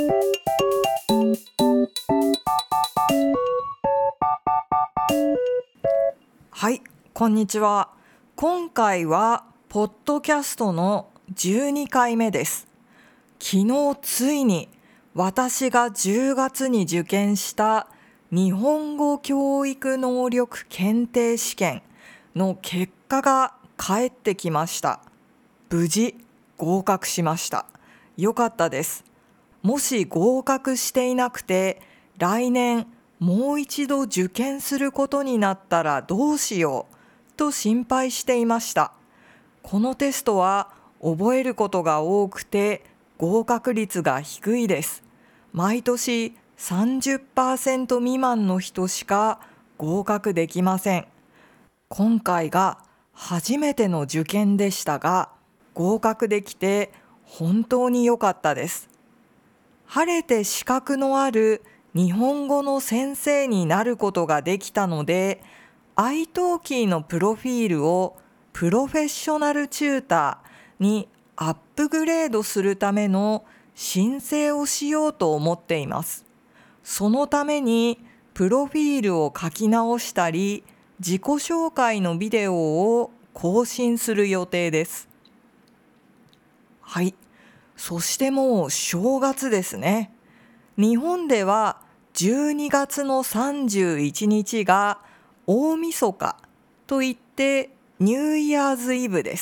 はい、こんにちは。今回はポッドキャストの12回目です。昨日ついに私が10月に受験した日本語教育能力検定試験の結果が返ってきました。無事合格しました。よかったです。もし合格していなくて来年もう一度受験することになったらどうしようと心配していました。このテストは覚えることが多くて合格率が低いです。毎年30% 未満の人しか合格できません。今回が初めての受験でしたが、合格できて本当に良かったです。晴れて資格のある日本語の先生になることができたので、italki のプロフィールをプロフェッショナルチューターにアップグレードするための申請をしようと思っています。そのためにプロフィールを書き直したり、自己紹介のビデオを更新する予定です。はい。そしてもう正月ですね。日本では12月の31日が大晦日といってニューイヤーズイブです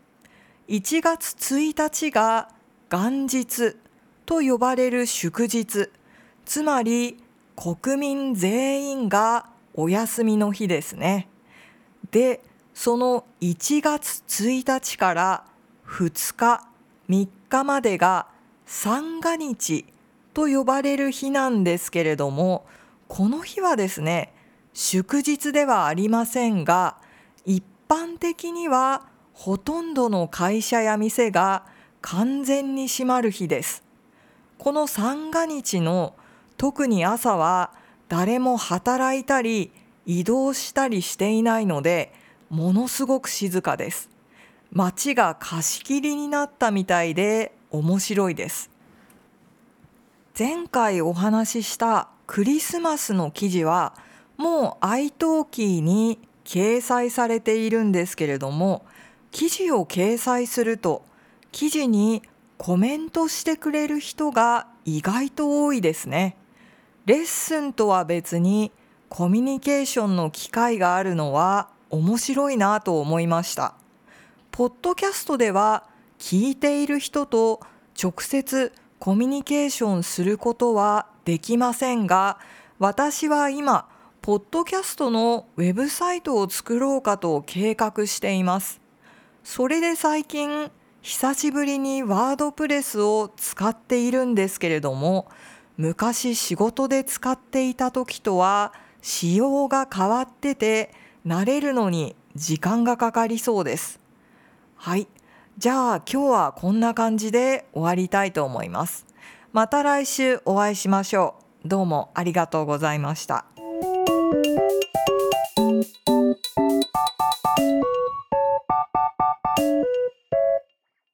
。1月1日が元日と呼ばれる祝日、つまり国民全員がお休みの日ですね。で、その1月1日から2日、3日までが三が日と呼ばれる日なんですけれども、この日はですね、祝日ではありませんが、一般的にはほとんどの会社や店が完全に閉まる日です。この三が日の特に朝は誰も働いたり移動したりしていないので、ものすごく静かです。街が貸し切りになったみたいで面白いです。前回お話ししたクリスマスの記事はもうitalkiに掲載されているんですけれども、記事を掲載すると記事にコメントしてくれる人が意外と多いですね。レッスンとは別にコミュニケーションの機会があるのは面白いなと思いました。ポッドキャストでは聞いている人と直接コミュニケーションすることはできませんが、私は今、ポッドキャストのウェブサイトを作ろうかと計画しています。それで最近、久しぶりにワードプレスを使っているんですけれども、昔仕事で使っていた時とは仕様が変わってて、慣れるのに時間がかかりそうです。はい。じゃあ今日はこんな感じで終わりたいと思います。また来週お会いしましょう。どうもありがとうございました。